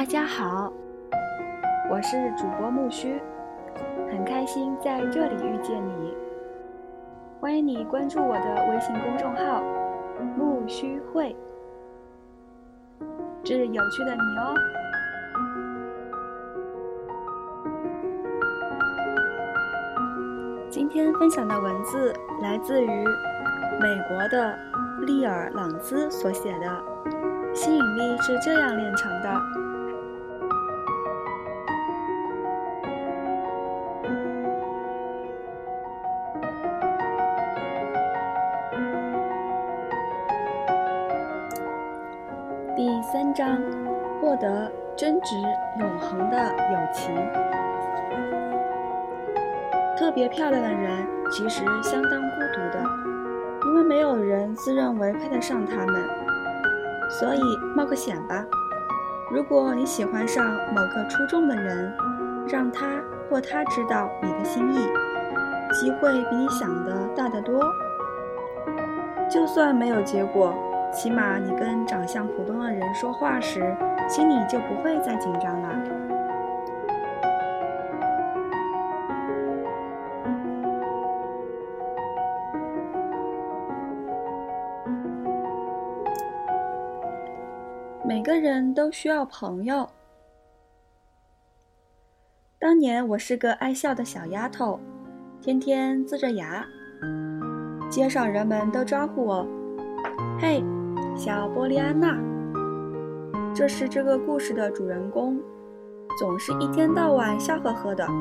大家好，我是主播木须，很开心在这里遇见你。欢迎你关注我的微信公众号木须会，致有趣的你哦。今天分享的文字来自于美国的利尔·朗兹所写的《吸引力是这样炼成的》。第3章，获得真挚永恒的友情。特别漂亮的人其实相当孤独的，因为没有人自认为配得上他们。所以冒个险吧，如果你喜欢上某个出众的人，让他或她知道你的心意，机会比你想的大得多。就算没有结果，起码你跟长相普通的人说话时，心里就不会再紧张了。每个人都需要朋友。当年我是个爱笑的小丫头，天天龇着牙，街上人们都招呼我：“嘿，小波利安娜。”这是这个故事的主人公，总是一天到晚笑呵呵的。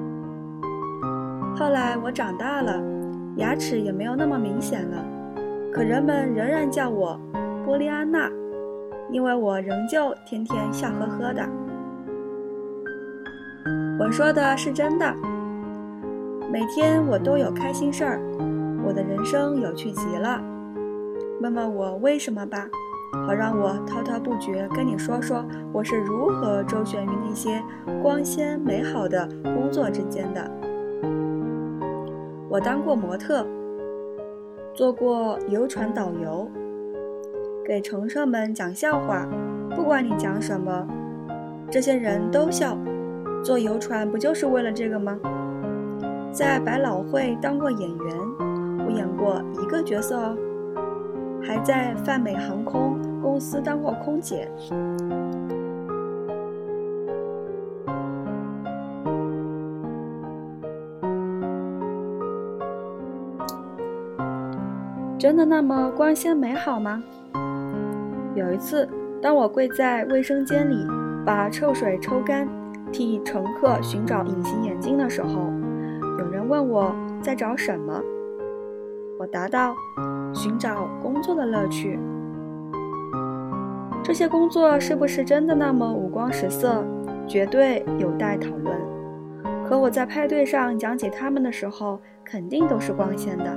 后来我长大了，牙齿也没有那么明显了，可人们仍然叫我波利安娜，因为我仍旧天天笑呵呵的。我说的是真的，每天我都有开心事儿，我的人生有趣极了。问问我为什么吧，好让我滔滔不绝跟你说说我是如何周旋于那些光鲜美好的工作之间的。我当过模特，做过游船导游，给乘客们讲笑话，不管你讲什么，这些人都笑。坐游船不就是为了这个吗？在百老汇当过演员，我演过一个角色哦，还在泛美航空公司当过空姐。真的那么光鲜美好吗？有一次，当我跪在卫生间里把臭水抽干，替乘客寻找隐形眼镜的时候，有人问我在找什么。我答道：寻找工作的乐趣。这些工作是不是真的那么五光十色，绝对有待讨论。可我在派对上讲起他们的时候，肯定都是光鲜的。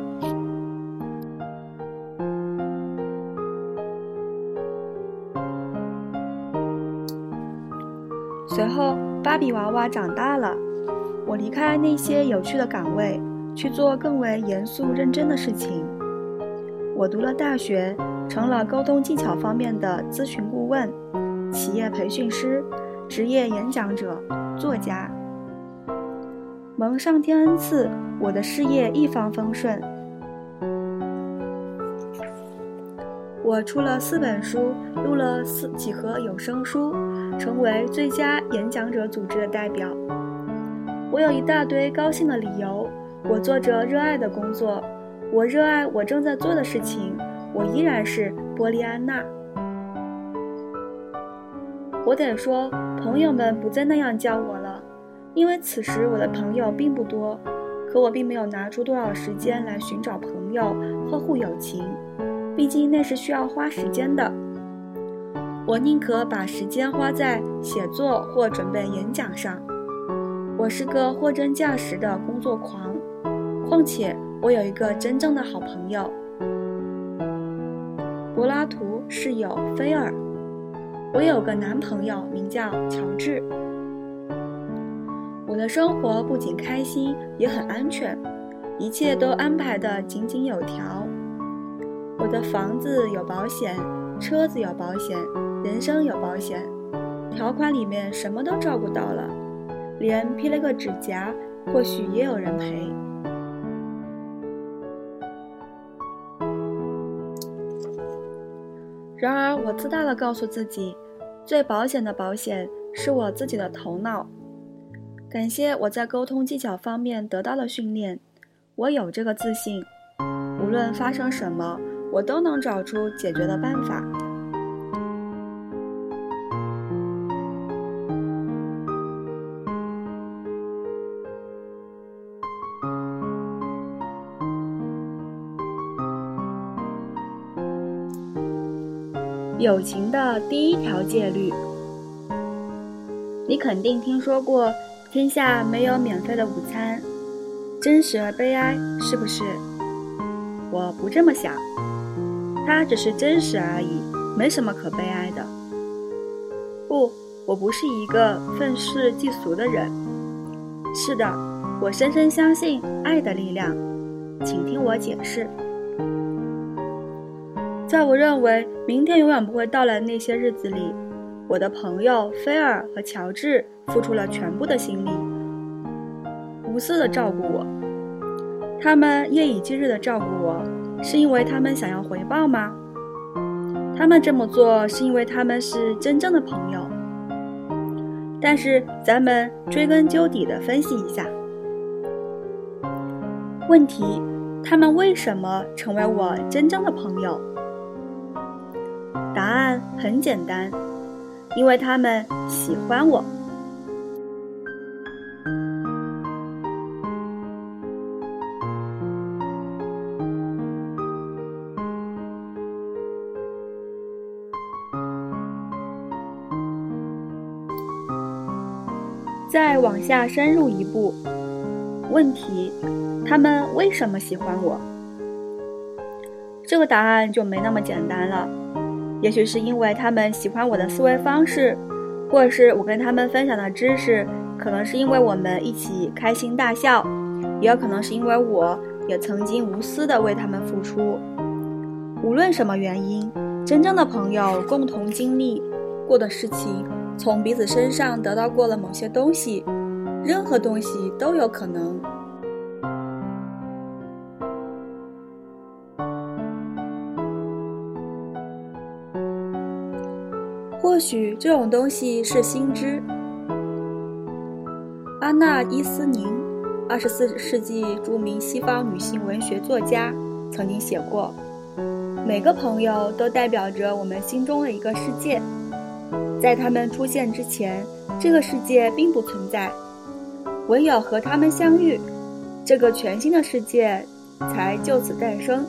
随后芭比娃娃长大了，我离开那些有趣的岗位，去做更为严肃认真的事情。我读了大学，成了沟通技巧方面的咨询顾问、企业培训师、职业演讲者、作家。蒙上天恩赐，我的事业一帆风顺。我出了4本书，录了几盒有声书，成为最佳演讲者组织的代表。我有一大堆高兴的理由，我做着热爱的工作，我热爱我正在做的事情，我依然是波利安娜。我得说，朋友们不再那样叫我了，因为此时我的朋友并不多，可我并没有拿出多少时间来寻找朋友，呵护友情，毕竟那是需要花时间的。我宁可把时间花在写作或准备演讲上。我是个货真价实的工作狂，况且我有一个真正的好朋友柏拉图室友菲尔。我有个男朋友名叫乔治。我的生活不仅开心，也很安全，一切都安排得井井有条。我的房子有保险，车子有保险，人生有保险。 条款里面什么都照顾到了，连劈了个指甲，或许也有人赔。然而，我自大地告诉自己，最保险的保险是我自己的头脑。感谢我在沟通技巧方面得到了训练，我有这个自信，无论发生什么，我都能找出解决的办法。友情的第一条戒律，你肯定听说过天下没有免费的午餐，真实而悲哀，是不是？我不这么想，它只是真实而已，没什么可悲哀的。不，我不是一个愤世嫉俗的人。是的，我深深相信爱的力量，请听我解释。在我认为明天永远不会到来的那些日子里，我的朋友菲尔和乔治付出了全部的心力，无私地照顾我。他们夜以继日地照顾我，是因为他们想要回报吗？他们这么做是因为他们是真正的朋友。但是咱们追根究底地分析一下问题，他们为什么成为我真正的朋友？答案很简单，因为他们喜欢我。再往下深入一步，问题，他们为什么喜欢我？这个答案就没那么简单了。也许是因为他们喜欢我的思维方式，或者是我跟他们分享的知识，可能是因为我们一起开心大笑，也有可能是因为我也曾经无私地为他们付出。无论什么原因，真正的朋友共同经历过的事情，从彼此身上得到过了某些东西，任何东西都有可能。或许这种东西是心知。阿纳伊斯宁，24世纪著名西方女性文学作家，曾经写过，每个朋友都代表着我们心中的一个世界，在他们出现之前，这个世界并不存在，唯有和他们相遇，这个全新的世界才就此诞生。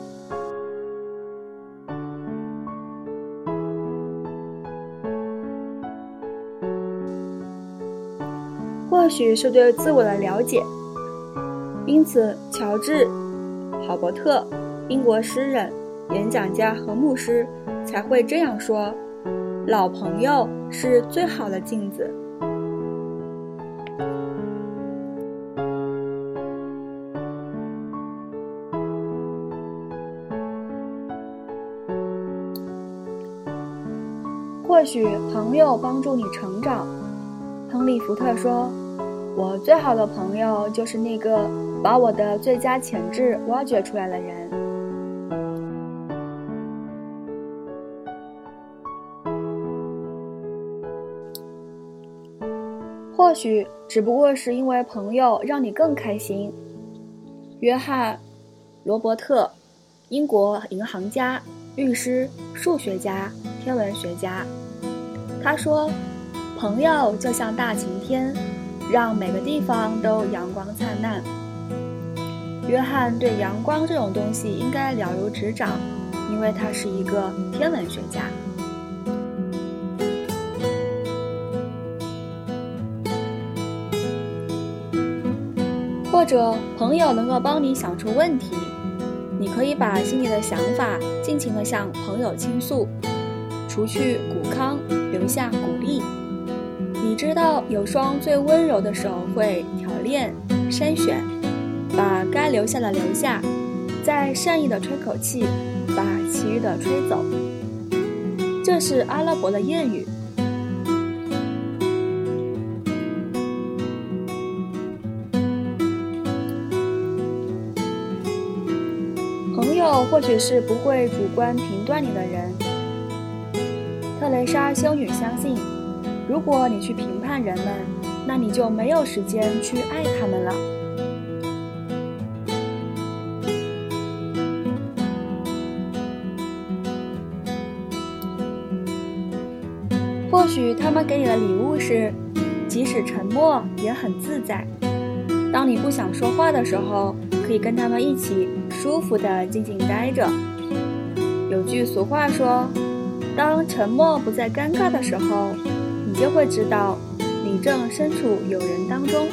或许是对自我的了解，因此乔治、郝伯特、英国诗人、演讲家和牧师才会这样说，老朋友是最好的镜子。或许朋友帮助你成长。亨利·福特说，我最好的朋友就是那个把我的最佳潜质挖掘出来的人。或许只不过是因为朋友让你更开心。约翰·罗伯特，英国银行家、律师、数学家、天文学家，他说，朋友就像大晴天，让每个地方都阳光灿烂。约翰对阳光这种东西应该了如指掌，因为他是一个天文学家。或者朋友能够帮你想出问题，你可以把心里的想法尽情地向朋友倾诉，除去谷糠，留下谷粒。你知道有双最温柔的手会挑练、筛选，把该留下的留下，再善意的吹口气，把其余的吹走。这是阿拉伯的谚语。 友或许是不会主观评断你的人。特蕾莎修女相信，如果你去评判人们，那你就没有时间去爱他们了。或许他们给你的礼物是，即使沉默也很自在。当你不想说话的时候，可以跟他们一起舒服地静静待着。有句俗话说，当沉默不再尴尬的时候，你就会知道你正身处友人当中。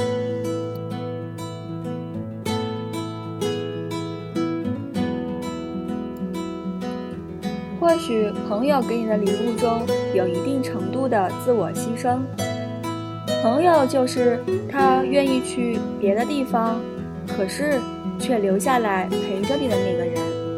或许朋友给你的礼物中有一定程度的自我牺牲。朋友就是他愿意去别的地方，可是却留下来陪着你的那个人。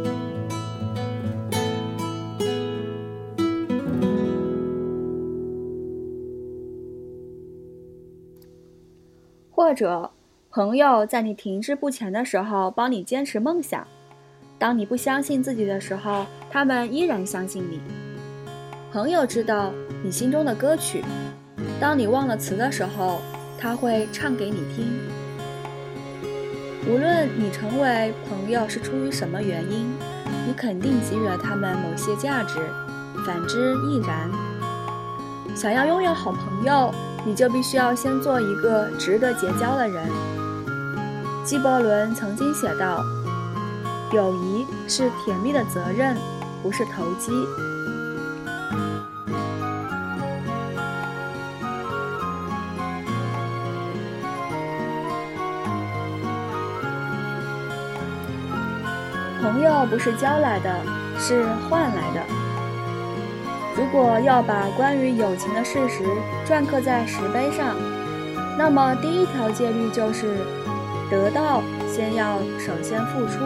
或者朋友在你停滞不前的时候帮你坚持梦想，当你不相信自己的时候，他们依然相信你。朋友知道你心中的歌曲，当你忘了词的时候，他会唱给你听。无论你成为朋友是出于什么原因，你肯定给予了他们某些价值，反之亦然。想要拥有好朋友，你就必须要先做一个值得结交的人。纪伯伦曾经写道，友谊是甜蜜的责任，不是投机。朋友不是交来的，是换来的。如果要把关于友情的事实篆刻在石碑上，那么第一条戒律就是，得到先要首先付出。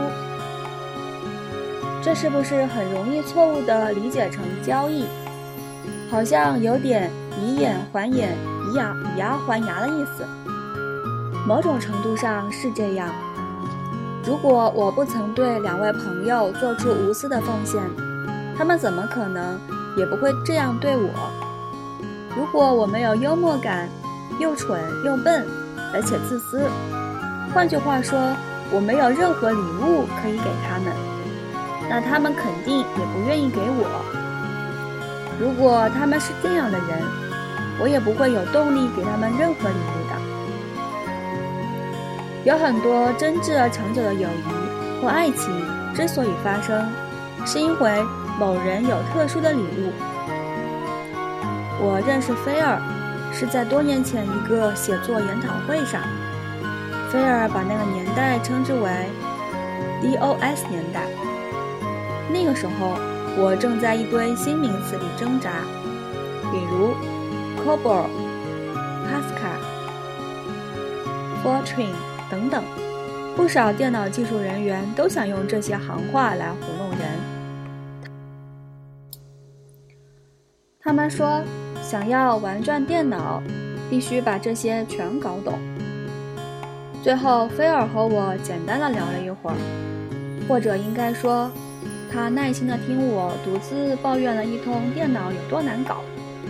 这是不是很容易错误地理解成交易？好像有点以眼还眼，以牙还牙的意思。某种程度上是这样。如果我不曾对两位朋友做出无私的奉献，他们怎么可能也不会这样对我？如果我没有幽默感，又蠢又笨，而且自私，换句话说，我没有任何礼物可以给他们，那他们肯定也不愿意给我。如果他们是这样的人，我也不会有动力给他们任何礼物的。有很多真挚而长久的友谊或爱情之所以发生，是因为某人有特殊的礼物。我认识菲尔是在多年前一个写作研讨会上，菲尔把那个年代称之为 DOS 年代。那个时候我正在一堆新名词里挣扎，比如 COBOL、Pascal、Fortran 等等，不少电脑技术人员都想用这些行话来糊弄人。他们说，想要玩转电脑，必须把这些全搞懂。最后，菲尔和我简单的聊了一会儿，或者应该说，他耐心地听我独自抱怨了一通电脑有多难搞。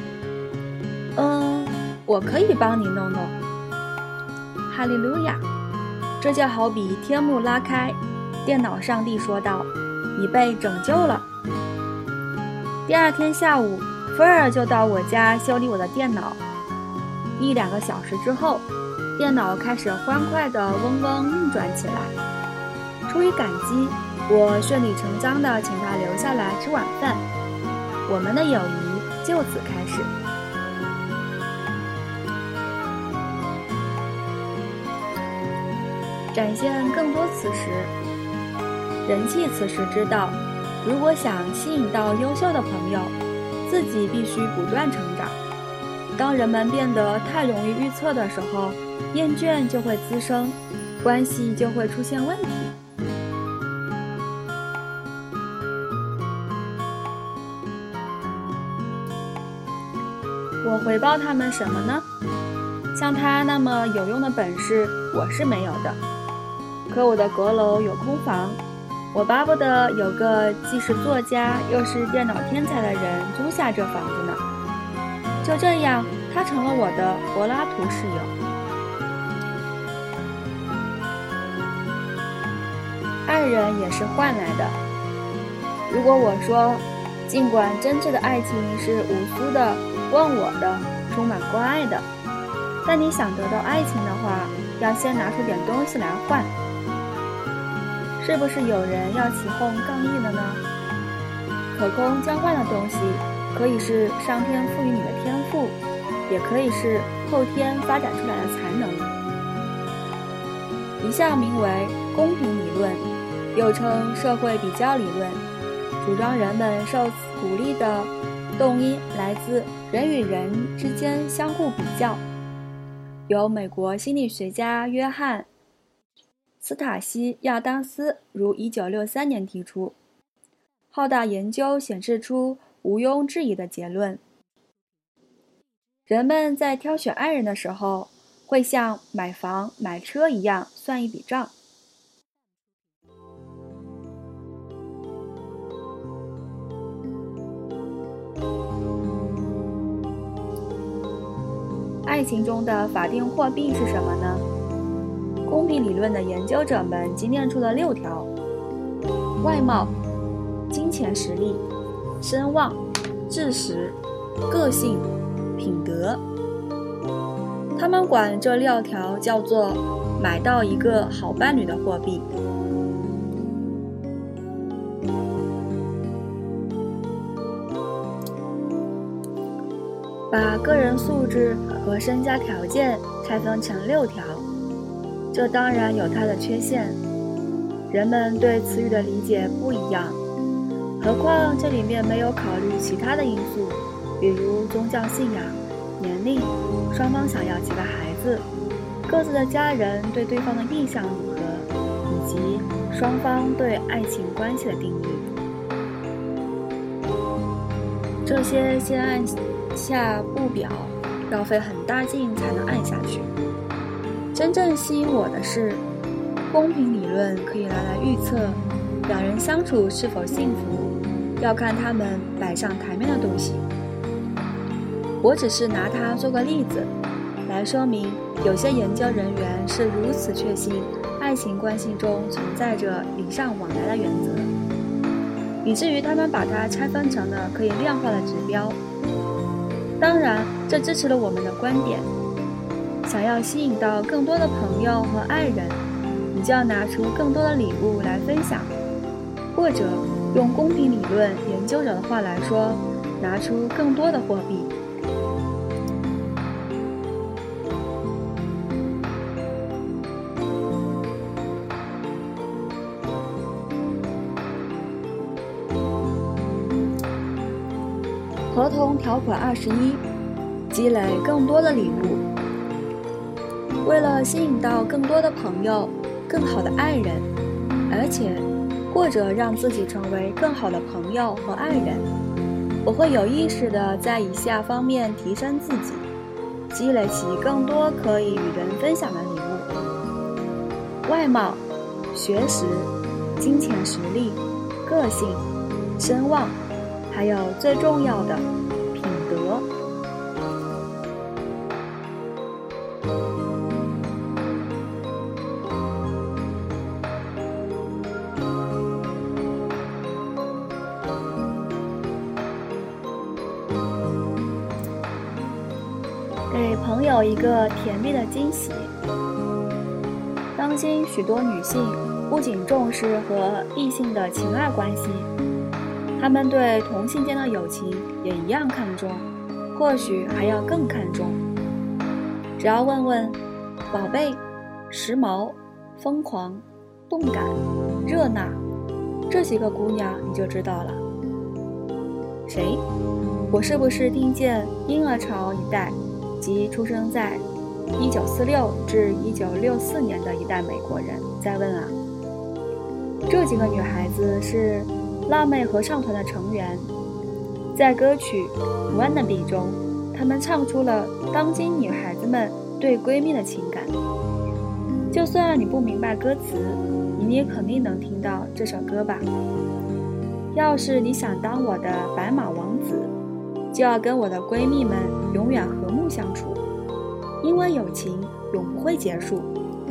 我可以帮你弄弄。哈利路亚！这就好比天幕拉开，电脑上帝说道：“你被拯救了。”第二天下午，菲尔就到我家修理我的电脑。1-2个小时之后，电脑开始欢快地嗡嗡运转起来。出于感激，我顺理成章地请他留下来吃晚饭。我们的友谊就此开始。展现更多此时。人气此时知道，如果想吸引到优秀的朋友，自己必须不断成长。当人们变得太容易预测的时候，厌倦就会滋生，关系就会出现问题。我回报他们什么呢？像他那么有用的本事，我是没有的。可我的阁楼有空房， 我巴不得有个既是作家又是电脑天才的人租下这房子呢。就这样，他成了我的柏拉图室友。爱人也是换来的。如果我说，尽管真挚的爱情是无私的、忘我的、充满关爱的，但你想得到爱情的话，要先拿出点东西来换。是不是有人要起哄抗议了呢？可供交换的东西，可以是上天赋予你的天赋，也可以是后天发展出来的才能。一项名为公平理论，又称社会比较理论，主张人们受鼓励的动因来自人与人之间相互比较，由美国心理学家约翰·斯塔西亚当斯如1963年提出。浩大研究显示出毋庸置疑的结论：人们在挑选爱人的时候，会像买房买车一样算一笔账。爱情中的法定货币是什么呢？公平理论的研究者们精炼出了6条：外貌、金钱实力、声望、知识、个性、品德。他们管这6条叫做买到一个好伴侣的货币。把个人素质和身家条件拆分成6条，这当然有它的缺陷，人们对词语的理解不一样，何况这里面没有考虑其他的因素，比如宗教信仰、年龄、双方想要几个孩子、各自的家人对对方的印象如何，以及双方对爱情关系的定义。这些先按下步表，要费很大劲才能按下去。真正吸引我的是，公平理论可以拿来预测两人相处是否幸福，要看他们摆上台面的东西。我只是拿它做个例子，来说明有些研究人员是如此确信爱情关系中存在着礼尚往来的原则，以至于他们把它拆分成了可以量化的指标。当然，这支持了我们的观点。想要吸引到更多的朋友和爱人，你就要拿出更多的礼物来分享，或者用公平理论研究者的话来说，拿出更多的货币。合同条款21，积累更多的礼物。为了吸引到更多的朋友、更好的爱人，而且或者让自己成为更好的朋友和爱人，我会有意识地在以下方面提升自己，积累起更多可以与人分享的礼物：外貌、学识、金钱实力、个性、声望，还有最重要的品德。给朋友一个甜蜜的惊喜。当今许多女性不仅重视和异性的情爱关系，她们对同性间的友情也一样看重，或许还要更看重。只要问问宝贝、时髦、疯狂、动感、热闹这几个姑娘，你就知道了。谁？我是不是听见婴儿潮一代，即出生在1946至1964年的一代美国人在问啊？这几个女孩子是辣妹合唱团的成员，在歌曲《Wannabe》中，她们唱出了当今女孩子们对闺蜜的情感。就算你不明白歌词，你你肯定能听到这首歌吧。要是你想当我的白马王子，就要跟我的闺蜜们永远和睦相处，因为友情永不会结束。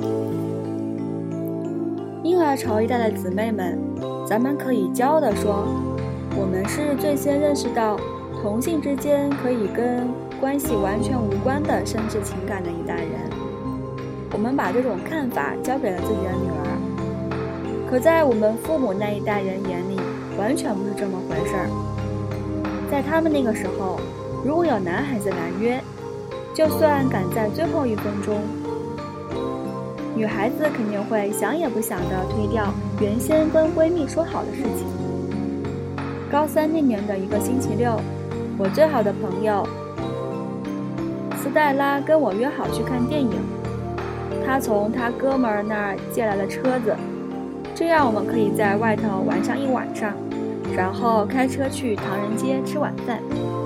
婴儿潮一代的姊妹们，咱们可以骄傲地说，我们是最先认识到同性之间可以跟关系完全无关的深挚情感的一代人。我们把这种看法交给了自己的女儿，可在我们父母那一代人眼里，完全不是这么回事儿。在他们那个时候，如果有男孩子来约，就算赶在最后1分钟，女孩子肯定会想也不想地推掉原先跟闺蜜说好的事情。高3那年的一个星期六，我最好的朋友斯黛拉跟我约好去看电影，她从她哥们儿那儿借来了车子，这样我们可以在外头玩上1晚上，然后开车去唐人街吃晚饭。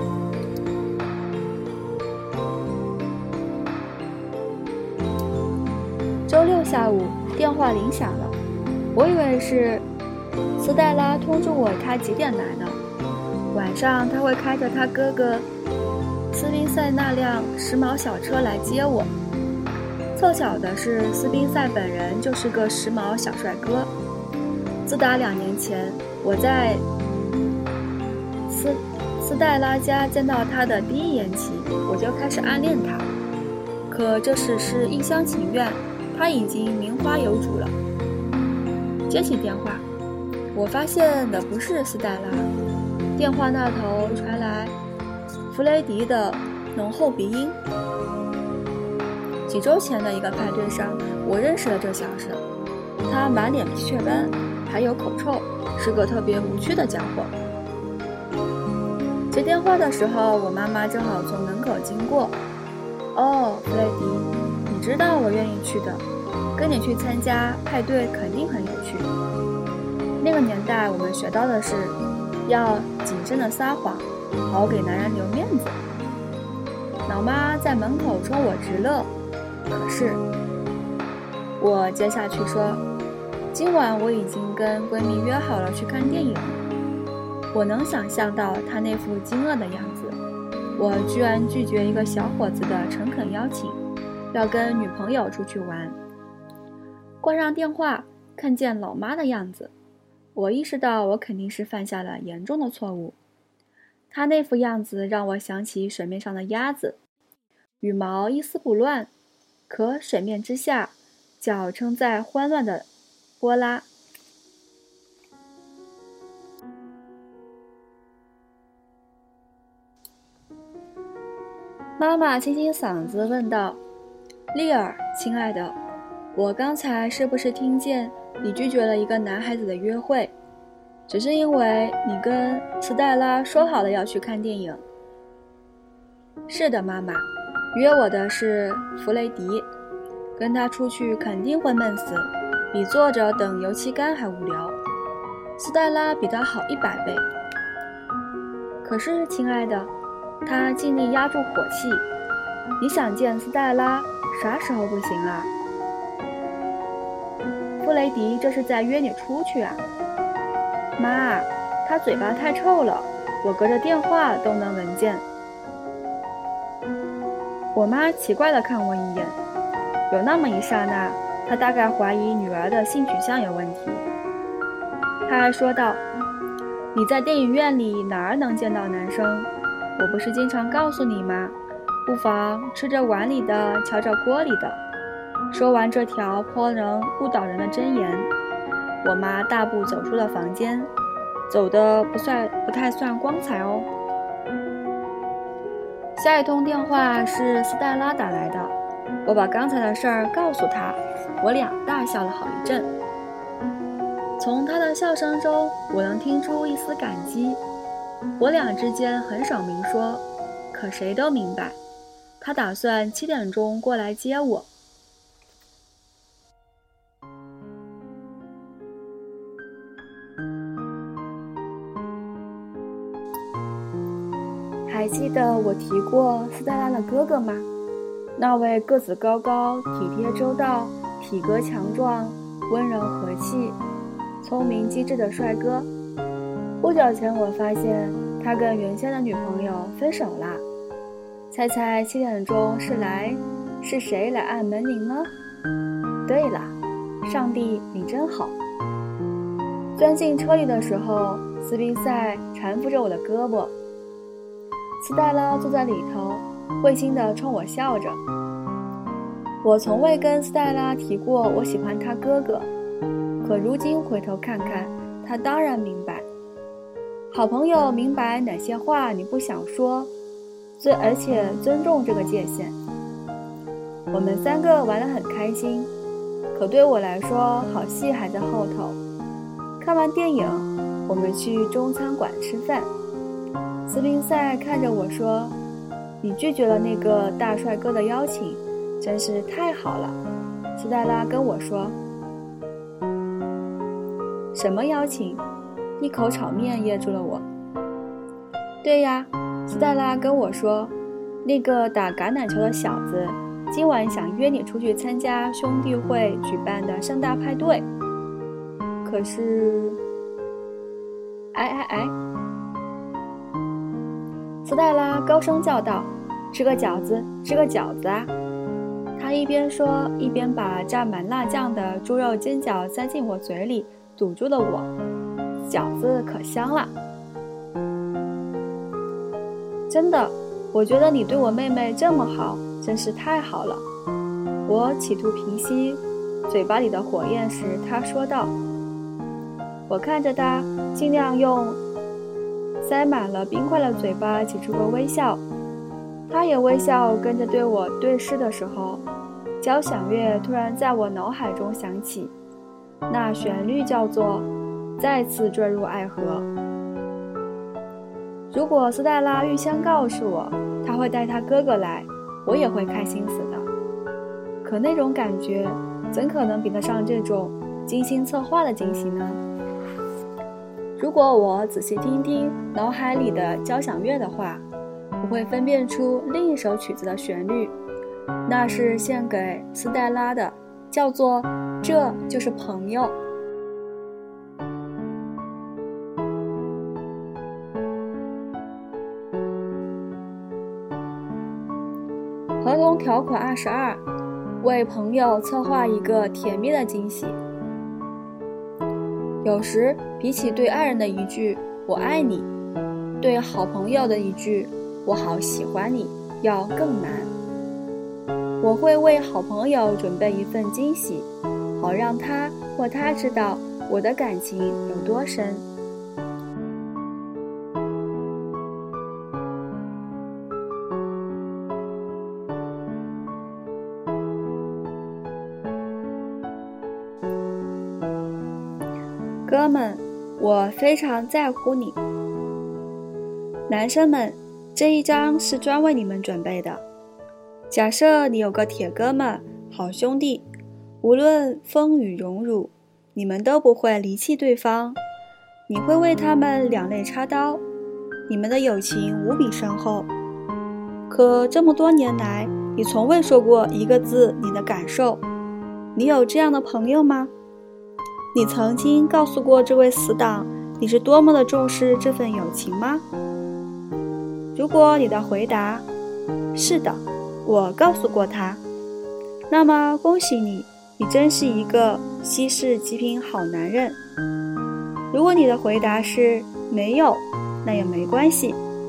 周6下午，电话铃响了，我以为是斯黛拉通知我她几点来呢。晚上她会开着她哥哥斯宾塞那辆时髦小车来接我。凑巧的是，斯宾塞本人就是个时髦小帅哥。自打2年前我在斯黛拉家见到他的第一眼起，我就开始暗恋他。可这事是一厢情愿，他已经名花有主了。接起电话，我发现的不是斯黛拉，电话那头传来弗雷迪的浓厚鼻音。几周前的一个派对上，我认识了这小子，他满脸皮屑斑，还有口臭，是个特别无趣的家伙。接电话的时候，我妈妈正好从门口经过。哦，弗雷迪，你知道我愿意去的，跟你去参加派对肯定很有趣。那个年代我们学到的是要谨慎的撒谎，好给男人留面子。老妈在门口冲我直乐，可是我接下去说，今晚我已经跟闺蜜约好了去看电影。我能想象到她那副惊愕的样子，我居然拒绝一个小伙子的诚恳邀请，要跟女朋友出去玩。挂上电话，看见老妈的样子，我意识到我肯定是犯下了严重的错误。她那副样子让我想起水面上的鸭子，羽毛一丝不乱，可水面之下，脚撑在慌乱的波拉。妈妈清清嗓子问道：“丽儿，亲爱的，我刚才是不是听见你拒绝了一个男孩子的约会，只是因为你跟斯黛拉说好了要去看电影？”“是的，妈妈，约我的是弗雷迪，跟他出去肯定会闷死，比坐着等油漆干还无聊。斯黛拉比他好100倍。”“可是，亲爱的，他尽力压住火气，你想见斯黛拉，啥时候不行啊？”“弗雷迪这是在约你出去啊。”“妈，他嘴巴太臭了，我隔着电话都能闻见。”我妈奇怪地看我一眼，有那么一刹那，她大概怀疑女儿的性取向有问题。她还说道：“你在电影院里哪儿能见到男生？我不是经常告诉你吗？不妨吃着碗里的，瞧着锅里的。”说完这条颇能误导人的箴言，我妈大步走出了房间，走得不太算光彩哦。下一通电话是斯黛拉打来的，我把刚才的事儿告诉她，我俩大笑了好一阵。从她的笑声中，我能听出一丝感激。我俩之间很少明说，可谁都明白，她打算7点钟过来接我。还记得我提过斯黛拉的哥哥吗？那位个子高高、体贴周到、体格强壮、 温柔和气、聪明机智的帅哥。不久前我发现他跟原先的女朋友分手啦。猜猜7点钟是谁来按门铃呢？对了，上帝你真好。钻进车里的时候，斯宾塞搀扶着我的胳膊，斯黛拉坐在里头，会心地冲我笑着。我从未跟斯黛拉提过我喜欢她哥哥，可如今回头看看，她当然明白。好朋友明白哪些话你不想说，而且尊重这个界限。我们3个玩得很开心，可对我来说，好戏还在后头。看完电影，我们去中餐馆吃饭。斯宾塞看着我说：“你拒绝了那个大帅哥的邀请，真是太好了。”斯黛拉跟我说：“什么邀请？”一口炒面噎住了我。对呀，斯黛拉跟我说，那个打橄榄球的小子今晚想约你出去参加兄弟会举办的盛大派对。可是，斯黛拉高声叫道：“吃个饺子，吃个饺子啊！”她一边说，一边把蘸满辣酱的猪肉煎饺塞进我嘴里，堵住了我。饺子可香了。真的，我觉得你对我妹妹这么好，真是太好了。我企图平息嘴巴里的火焰时，她说道。我看着她，尽量用塞满了冰块的嘴巴挤出个微笑。她也微笑，跟着对我对视的时候，交响乐突然在我脑海中响起，那旋律叫做再次坠入爱河。如果斯黛拉预先告诉我她会带她哥哥来，我也会开心死的。可那种感觉怎可能比得上这种精心策划的惊喜呢？如果我仔细听听脑海里的交响乐的话，我会分辨出另一首曲子的旋律，那是献给斯黛拉的，叫做《这就是朋友》。合同条款22，为朋友策划一个甜蜜的惊喜。有时比起对爱人的一句“我爱你”，对好朋友的一句“我好喜欢你”要更难。我会为好朋友准备一份惊喜，好让他或她知道我的感情有多深。哥们，我非常在乎你。男生们，这一章是专为你们准备的。假设你有个铁哥们、好兄弟，无论风雨荣辱，你们都不会离弃对方，你会为他们两肋插刀，你们的友情无比深厚。可这么多年来，你从未说过一个字你的感受。你有这样的朋友吗？你曾经告诉过这位死党，你是多么的重视这份友情吗？如果你的回答是的，我告诉过他，那么恭喜你，你真是一个稀世极品好男人。如果你的回答是没有，那也没关系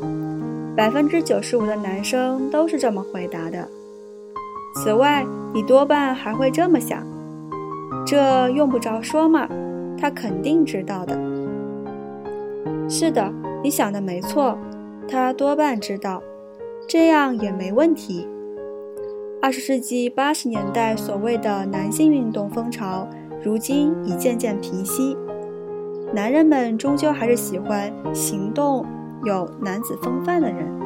，95%的男生都是这么回答的。此外，你多半还会这么想，这用不着说嘛，他肯定知道的。是的，你想的没错，他多半知道，这样也没问题。20世纪80年代所谓的男性运动风潮，如今已渐渐平息。男人们终究还是喜欢行动有男子风范的人。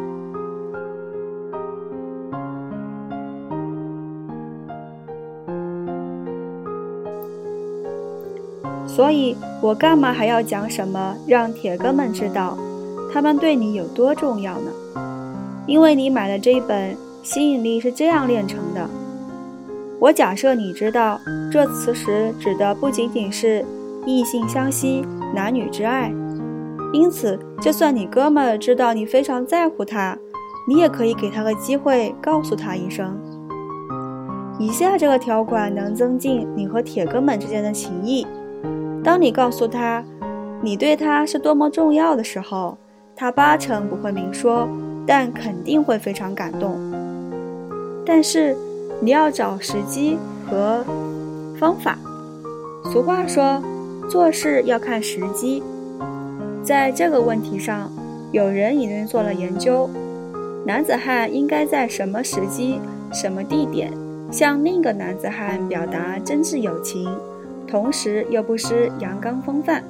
所以我干嘛还要讲什么让铁哥们知道他们对你有多重要呢？因为你买的这一本吸引力是这样炼成的。 我假设你知道，这此时指的不仅仅是异性相吸、男女之爱，因此，就算你哥们儿知道你非常在乎他，你也可以给他个机会，告诉他一声。以下这个条款能增进你和铁哥们之间的情谊。当你告诉他你对他是多么重要的时候，他8成不会明说，但肯定会非常感动。但是你要找时机和方法。俗话说，做事要看时机。在这个问题上，有人已经做了研究，男子汉应该在什么时机、什么地点向另一个男子汉表达真挚友情，同时又不失阳刚风范。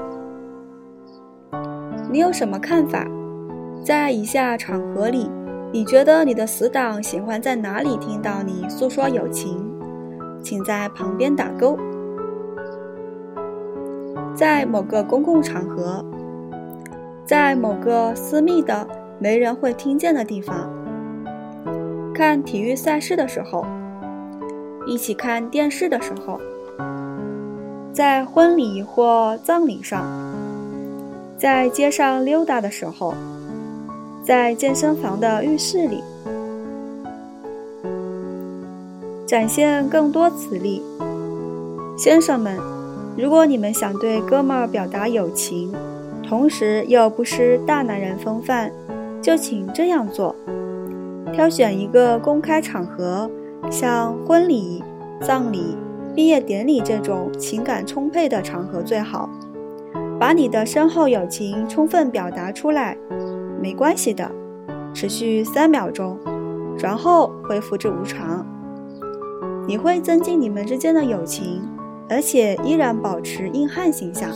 你有什么看法？在以下场合里，你觉得你的死党喜欢在哪里听到你诉说友情？请在旁边打勾。在某个公共场合，在某个私密的没人会听见的地方，看体育赛事的时候，一起看电视的时候，在婚礼或葬礼上，在街上溜达的时候，在健身房的浴室里，展现更多磁力。先生们，如果你们想对哥们儿表达友情，同时又不失大男人风范，就请这样做：挑选一个公开场合，像婚礼、葬礼、毕业典礼这种情感充沛的场合最好，把你的深厚友情充分表达出来。没关系的，持续3秒钟，然后恢复至无常。你会增进你们之间的友情，而且依然保持硬汉形象。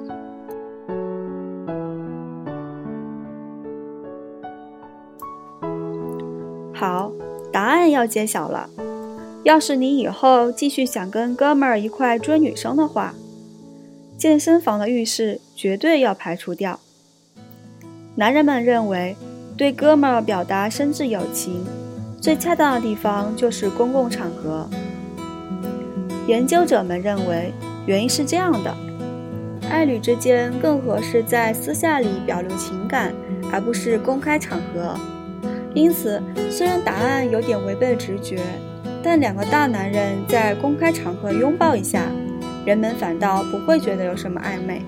好，答案要揭晓了。要是你以后继续想跟哥们儿一块追女生的话，健身房的浴室绝对要排除掉。男人们认为，对哥们儿表达深挚友情，最恰当的地方就是公共场合。研究者们认为，原因是这样的：爱侣之间更合适在私下里表露情感，而不是公开场合。因此，虽然答案有点违背直觉，但2个大男人在公开场合拥抱一下，人们反倒不会觉得有什么暧昧。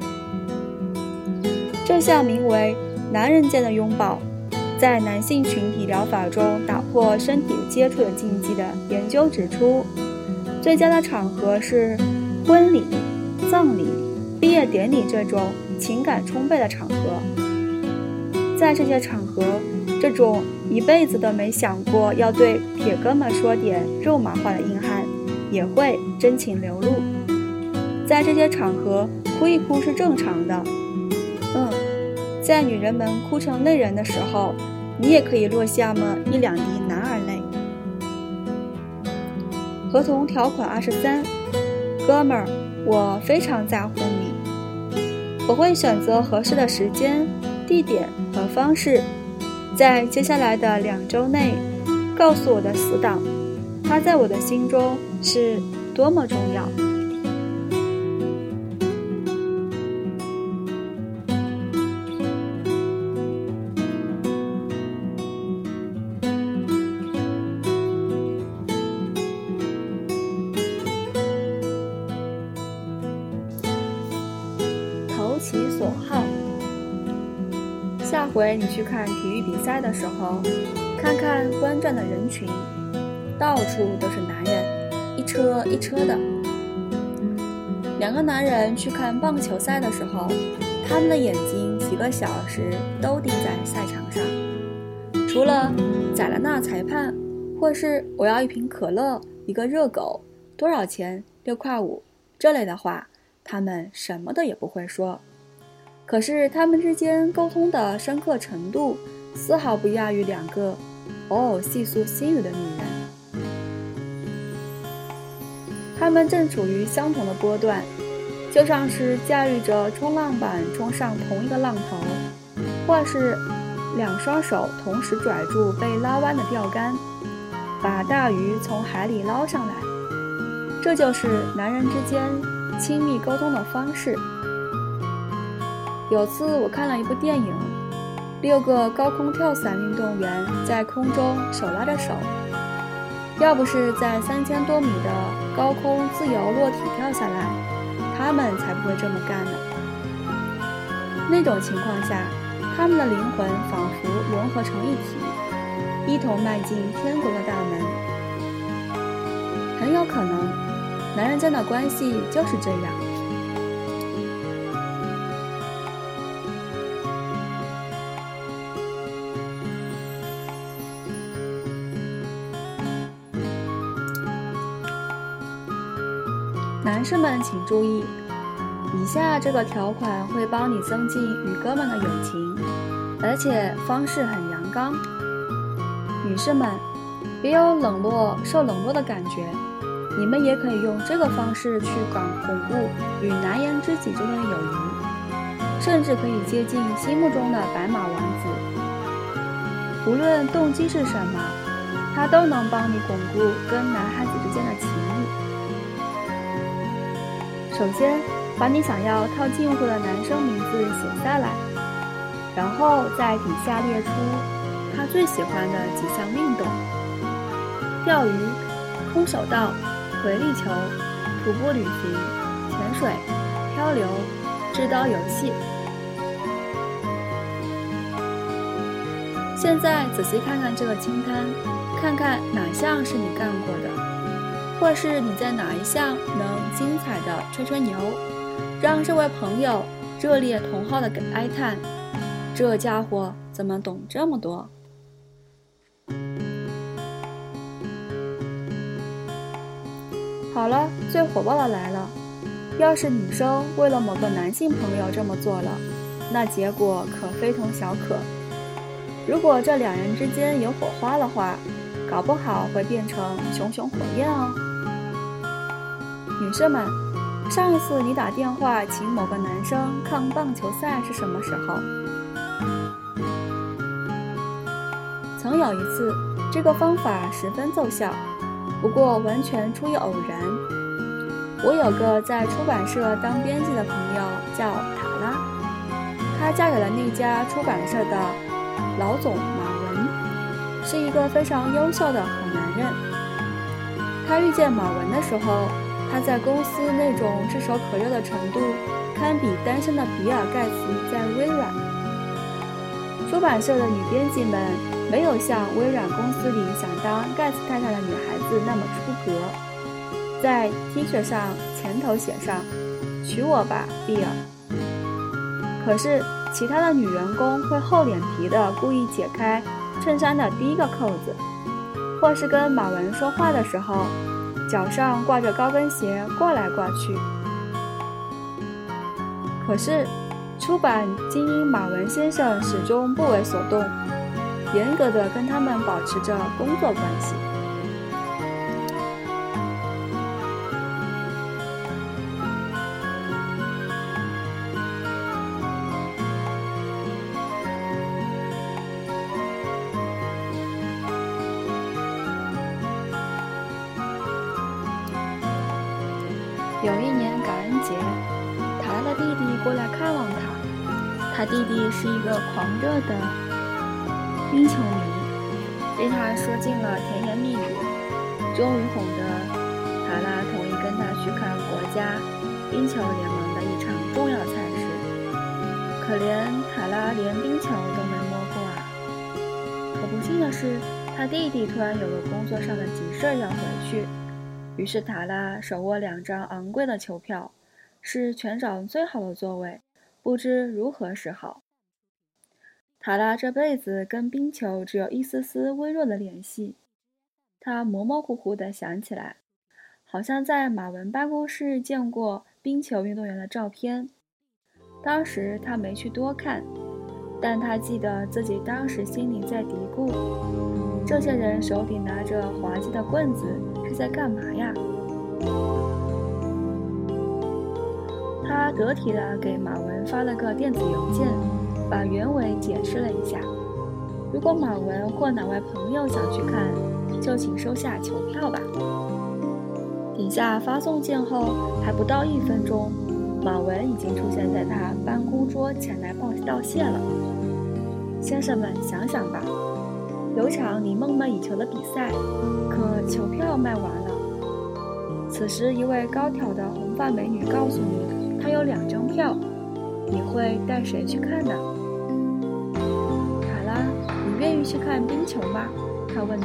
这项名为男人间的拥抱，在男性群体疗法中打破身体接触的禁忌的研究指出，最佳的场合是婚礼、葬礼、毕业典礼这种情感充沛的场合。在这些场合，这种一辈子都没想过要对铁哥们说点肉麻话的硬汉，也会真情流露。在这些场合，哭一哭是正常的。在女人们哭成泪人的时候，你也可以落下么1-2滴男儿泪。合同条款23，哥们儿，我非常在乎你，我会选择合适的时间、地点和方式，在接下来的2周内，告诉我的死党，他在我的心中是多么重要。投其所好。下回你去看体育比赛的时候，看看观战的人群，到处都是男人，一车一车的。2个男人去看棒球赛的时候，他们的眼睛几个小时都盯在赛场上，除了宰了那裁判，或是我要1瓶可乐、1个热狗，多少钱？6.5块这类的话，他们什么的也不会说。可是他们之间沟通的深刻程度，丝毫不亚于2个偶尔细诉心语的女人。他们正处于相同的波段，就像是驾驭着冲浪板冲上同一个浪头，或是2双手同时拽住被拉弯的钓竿，把大鱼从海里捞上来。 这就是男人之间亲密沟通的方式。有次我看了一部电影，6个高空跳伞运动员在空中手拉着手，要不是在3000多米的高空自由落体跳下来，他们才不会这么干呢。那种情况下，他们的灵魂仿佛融合成一体，一同迈进天国的大门。很有可能，男人间的关系就是这样。男士们请注意，以下这个条款会帮你增进与哥们的友情，而且方式很阳刚。女士们，别有受冷落的感觉，你们也可以用这个方式去巩固与难言知己之间的友谊，甚至可以接近心目中的白马王子。无论动机是什么，它都能帮你巩固跟男孩子之间的情谊。首先，把你想要套近乎的男生名字写下来，然后在底下列出他最喜欢的几项运动：钓鱼、空手道、回力球、徒步旅行、潜水、漂流、制刀游戏。现在仔细看看这个清单，看看哪项是你干过的，或是你在哪一项能精彩的吹吹牛，让这位朋友热烈同好的哀叹：这家伙怎么懂这么多？好了，最火爆的来了。要是女生为了某个男性朋友这么做了，那结果可非同小可。如果这两人之间有火花的话，搞不好会变成熊熊火焰哦。女生们，上一次你打电话请某个男生看棒球赛是什么时候？曾有一次，这个方法十分奏效，不过完全出于偶然。我有个在出版社当编辑的朋友叫塔拉，她嫁给了那家出版社的老总马文，是一个非常优秀的好男人。她遇见马文的时候，他在公司那种炙手可热的程度，堪比单身的比尔盖茨在微软。出版社的女编辑们没有像微软公司里想当盖茨太太的女孩子那么出格，在 T 恤上前头写上“娶我吧，比尔”。可是其他的女员工会厚脸皮地故意解开衬衫的第一个扣子，或是跟马文说话的时候脚上挂着高跟鞋挂来挂去。可是出版精英马文先生始终不为所动，严格地跟他们保持着工作关系。有一年感恩节，塔拉的弟弟过来看望他。他弟弟是一个狂热的冰球迷，对他说尽了甜言蜜语，终于哄得塔拉同意跟他去看国家冰球联盟的一场重要赛事。可怜塔拉连冰球都没摸过啊！可不幸的是，他弟弟突然有个工作上的急事要回去。于是塔拉手握2张昂贵的球票，是全场最好的座位，不知如何是好。塔拉这辈子跟冰球只有一丝丝微弱的联系，他模模糊糊地想起来，好像在马文办公室见过冰球运动员的照片。当时他没去多看，但他记得自己当时心里在嘀咕：这些人手里拿着滑稽的棍子是在干嘛呀？他得体地给马文发了个电子邮件，把原委解释了一下。如果马文或哪位朋友想去看，就请收下球票吧。 点下发送键后，还不到1分钟，马文已经出现在他办公桌前来道谢了。先生们，想想吧，有场你梦寐以求的比赛，可球票卖完了。此时一位高挑的红发美女告诉你，她有2张票，你会带谁去看呢？卡拉，你愿意去看冰球吗？他问道。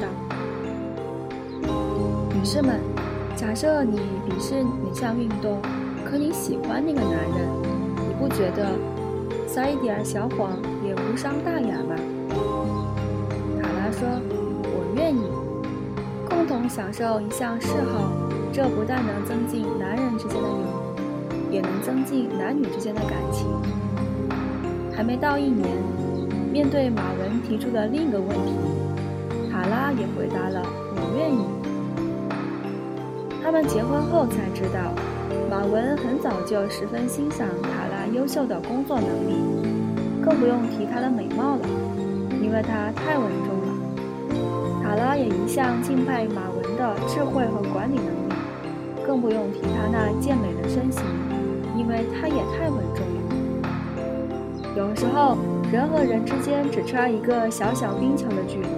女士们，假设你鄙视哪项运动，可你喜欢那个男人，你不觉得撒一点小谎也无伤大雅吗？卡拉说，我愿意。共同享受一项嗜好，这不但能增进男人之间的友谊，也能增进男女之间的感情。还没到1年，面对马文提出的另一个问题，卡拉也回答了我愿意。他们结婚后才知道，马文很早就十分欣赏卡拉优秀的工作能力，更不用提她的美貌了，因为她太稳重了。卡拉也一向敬拜马文的智慧和管理能力，更不用提她那健美的身形，因为她也太稳重了。有时候，人和人之间只差一个小小冰球的距离。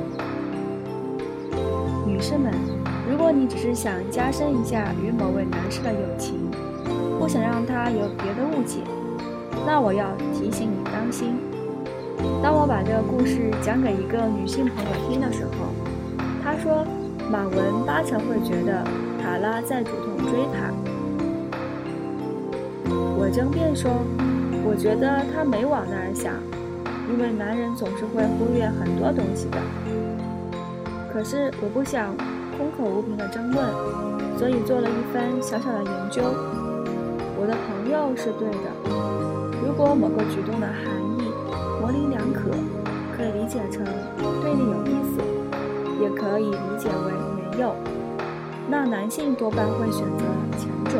女士们，如果你只是想加深一下与某位男士的友情，不想让他有别的误解，那我要提醒你当心。当我把这个故事讲给一个女性朋友听的时候，她说马文8成会觉得卡拉在主动追她。我争辩说，我觉得他没往那儿想，因为男人总是会忽略很多东西的。可是我不想空口无凭的争论，所以做了一番小小的研究。我的朋友是对的，如果某个举动的含义模棱两可，可以理解成对你有意思，也可以理解为没有，那男性多半会选择前者。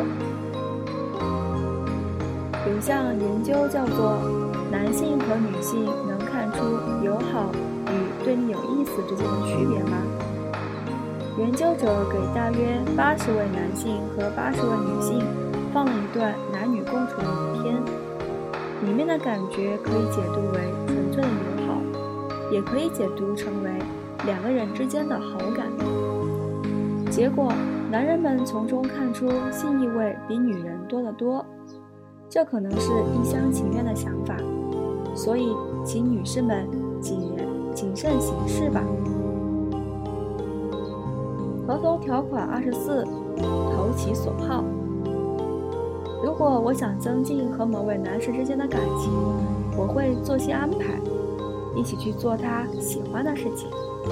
有项研究叫做男性和女性能看出友好与对你有意思之间的区别吗？研究者给大约80位男性和80位女性放了一段男女共处的影片，里面的感觉可以解读为纯粹的友好，也可以解读成为2个人之间的好感。结果，男人们从中看出性意味比女人多得多，这可能是一厢情愿的想法，所以请女士们谨慎行事吧。合同条款24，投其所好。如果我想增进和某位男士之间的感情，我会做些安排，一起去做他喜欢的事情。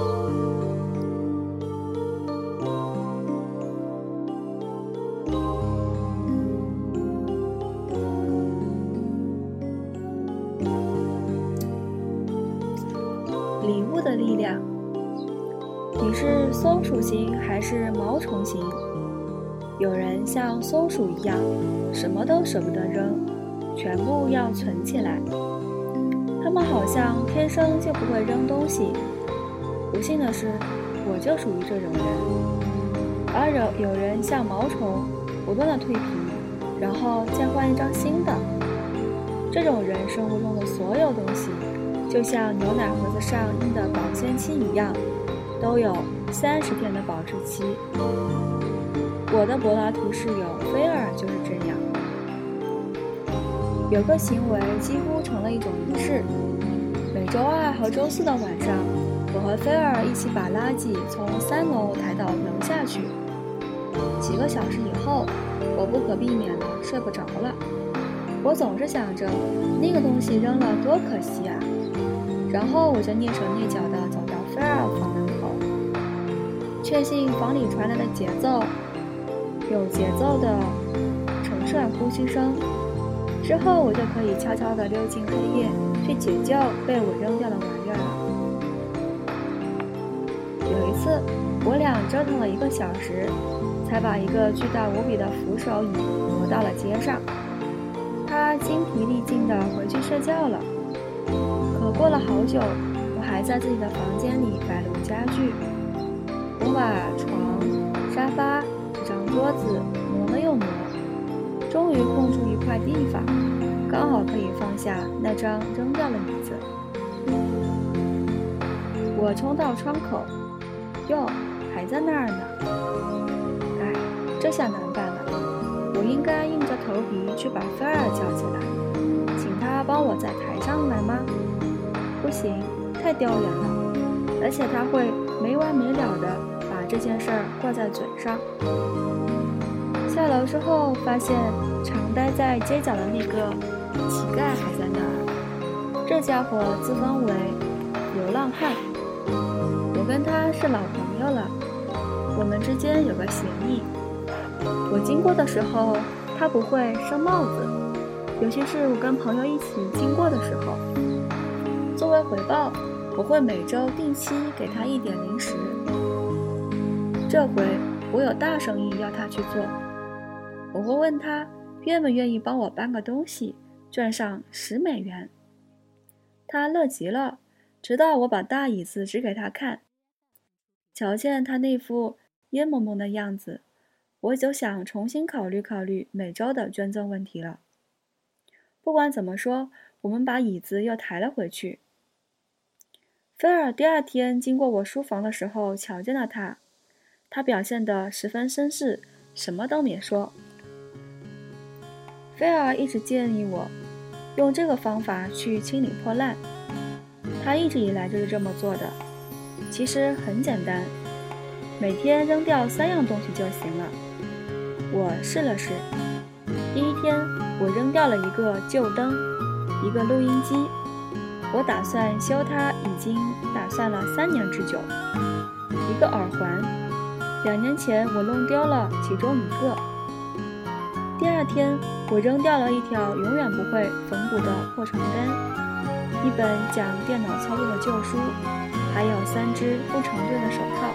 礼物的力量。你是松鼠型还是毛虫型？有人像松鼠一样，什么都舍不得扔，全部要存起来。他们好像天生就不会扔东西。不幸的是，我就属于这种人。而有人像毛虫，不断的蜕皮，然后再换一张新的。这种人生活中的所有东西，就像牛奶盒子上印的保鲜期一样，都有30天的保质期。我的柏拉图室友菲尔就是这样。有个行为几乎成了一种仪式。每周2和周4的晚上，我和菲尔一起把垃圾从3楼抬到楼下去。几个小时以后，我不可避免地睡不着了。我总是想着那个东西扔了多可惜啊，然后我就蹑手蹑脚地走到菲尔房门口，确信房里传来的有节奏的沉睡呼吸声，之后我就可以悄悄地溜进黑夜，去解救被我扔掉的玩意儿了。有一次，我俩折腾了1个小时，才把一个巨大无比的扶手椅挪到了街上。他精疲力尽地回去睡觉了。可过了好久，我还在自己的房间里摆弄家具。我把床、沙发、1张桌子挪了又挪，终于空出一块地方，刚好可以放下那张扔掉的椅子。我冲到窗口，哟，还在那儿呢。哎，这下难办了，我应该硬着头皮去把菲尔叫起来，请他帮我在台上来吗？不行，太丢人了，而且他会没完没了的把这件事儿挂在嘴上。下楼之后，发现常待在街角的那个乞丐还在那儿，这家伙自封为流浪汉。我跟他是老朋友了，我们之间有个协议，我经过的时候他不会升帽子，尤其是我跟朋友一起经过的时候。作为回报，我会每周定期给他一点零食。这回我有大生意要他去做，我会问他愿不愿意帮我搬个东西，赚上10美元。他乐极了，直到我把大椅子指给他看。瞧见他那副烟蒙蒙的样子，我就想重新考虑每周的捐赠问题了。不管怎么说，我们把椅子又抬了回去。菲尔第二天经过我书房的时候瞧见了他，他表现得十分绅士，什么都没说。菲尔一直建议我用这个方法去清理破烂，他一直以来就是这么做的。其实很简单，每天扔掉3样东西就行了。我试了试，第一天我扔掉了一个旧灯，一个录音机，我打算修它已经打算了3年之久。一个耳环，2年前我弄丢了其中一个。第二天我扔掉了一条永远不会缝补的破床单，一本讲电脑操作的旧书，还有3只不成对的手套。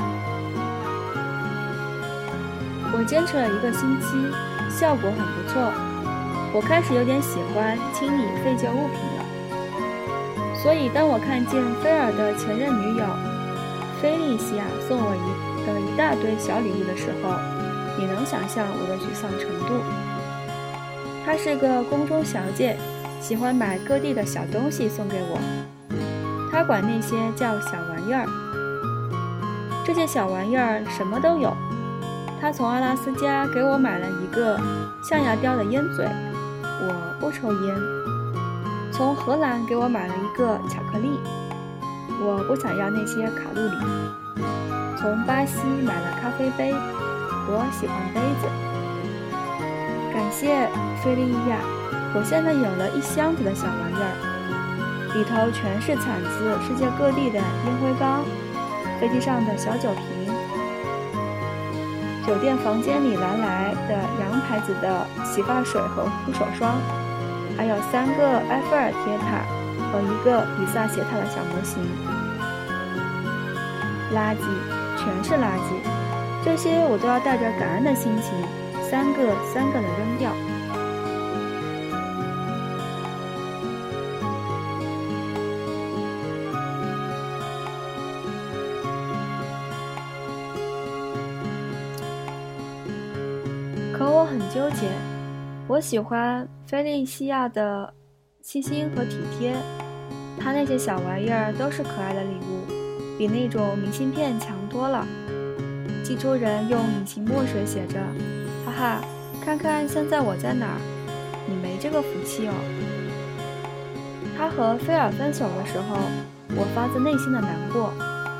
我坚持了1个星期，效果很不错，我开始有点喜欢清理废旧物品了。所以当我看见菲尔的前任女友菲利西亚送我一大堆小礼物的时候，也能想象我的沮丧程度。她是个宫中小姐，喜欢买各地的小东西送给我，她管那些叫小玩意儿。这些小玩意儿什么都有。她从阿拉斯加给我买了一个象牙雕的烟嘴，我不抽烟。从荷兰给我买了一个巧克力，我不想要那些卡路里。从巴西买了咖啡杯，我喜欢杯子。感谢菲利亚，我现在有了1箱子的小玩意儿，里头全是产自世界各地的烟灰缸，飞机上的小酒瓶，酒店房间里拿来的洋牌子的洗发水和护手霜，还有3个埃菲尔铁塔和1个比萨斜塔的小模型。垃圾，全是垃圾，这些我都要带着感恩的心情，三个的扔掉。可我很纠结，我喜欢菲利西亚的细心和体贴，她那些小玩意儿都是可爱的礼物，比那种明信片强多了。寄出人用隐形墨水写着：哈哈，看看现在我在哪儿，你没这个福气哦。他和菲尔分手的时候，我发自内心的难过。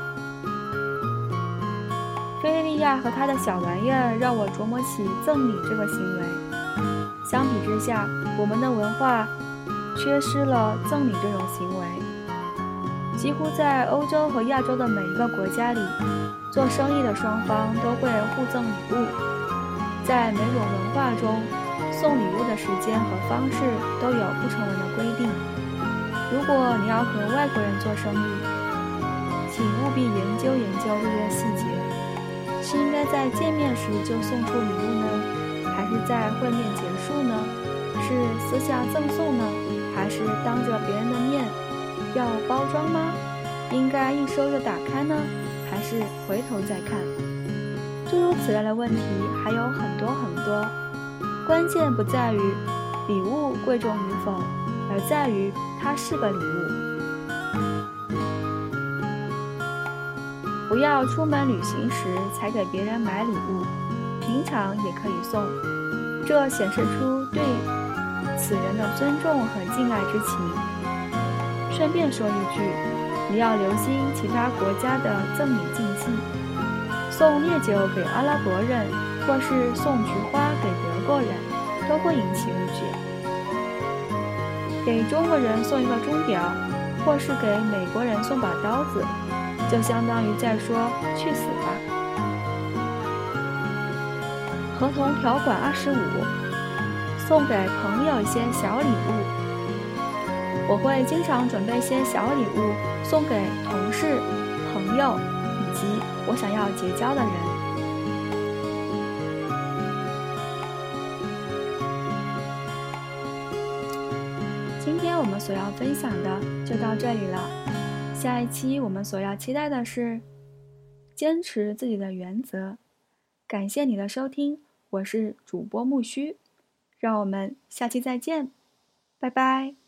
菲利亚和他的小玩意儿让我琢磨起赠礼这个行为。相比之下，我们的文化缺失了赠礼这种行为。几乎在欧洲和亚洲的每一个国家里，做生意的双方都会互赠礼物。在每种文化中，送礼物的时间和方式都有不成文的规定。如果你要和外国人做生意，请务必研究这些细节。是应该在见面时就送出礼物呢，还是在会面结束呢？是私下赠送呢，还是当着别人的面？要包装吗？应该一收就打开呢，还是回头再看？ 诸如此类的问题还有很多很多，关键不在于礼物贵重与否，而在于它是个礼物。不要出门旅行时才给别人买礼物，平常也可以送，这显示出对此人的尊重和敬爱之情。顺便说一句，你要留心其他国家的赠礼禁忌，送烈酒给阿拉伯人，或是送菊花给德国人，都会引起误解。给中国人送一个钟表，或是给美国人送把刀子，就相当于在说去死吧。合同条款25，送给朋友一些小礼物。我会经常准备些小礼物送给同事、朋友以及我想要结交的人。今天我们所要分享的就到这里了，下一期我们所要期待的是坚持自己的原则。感谢你的收听，我是主播木须，让我们下期再见，拜拜。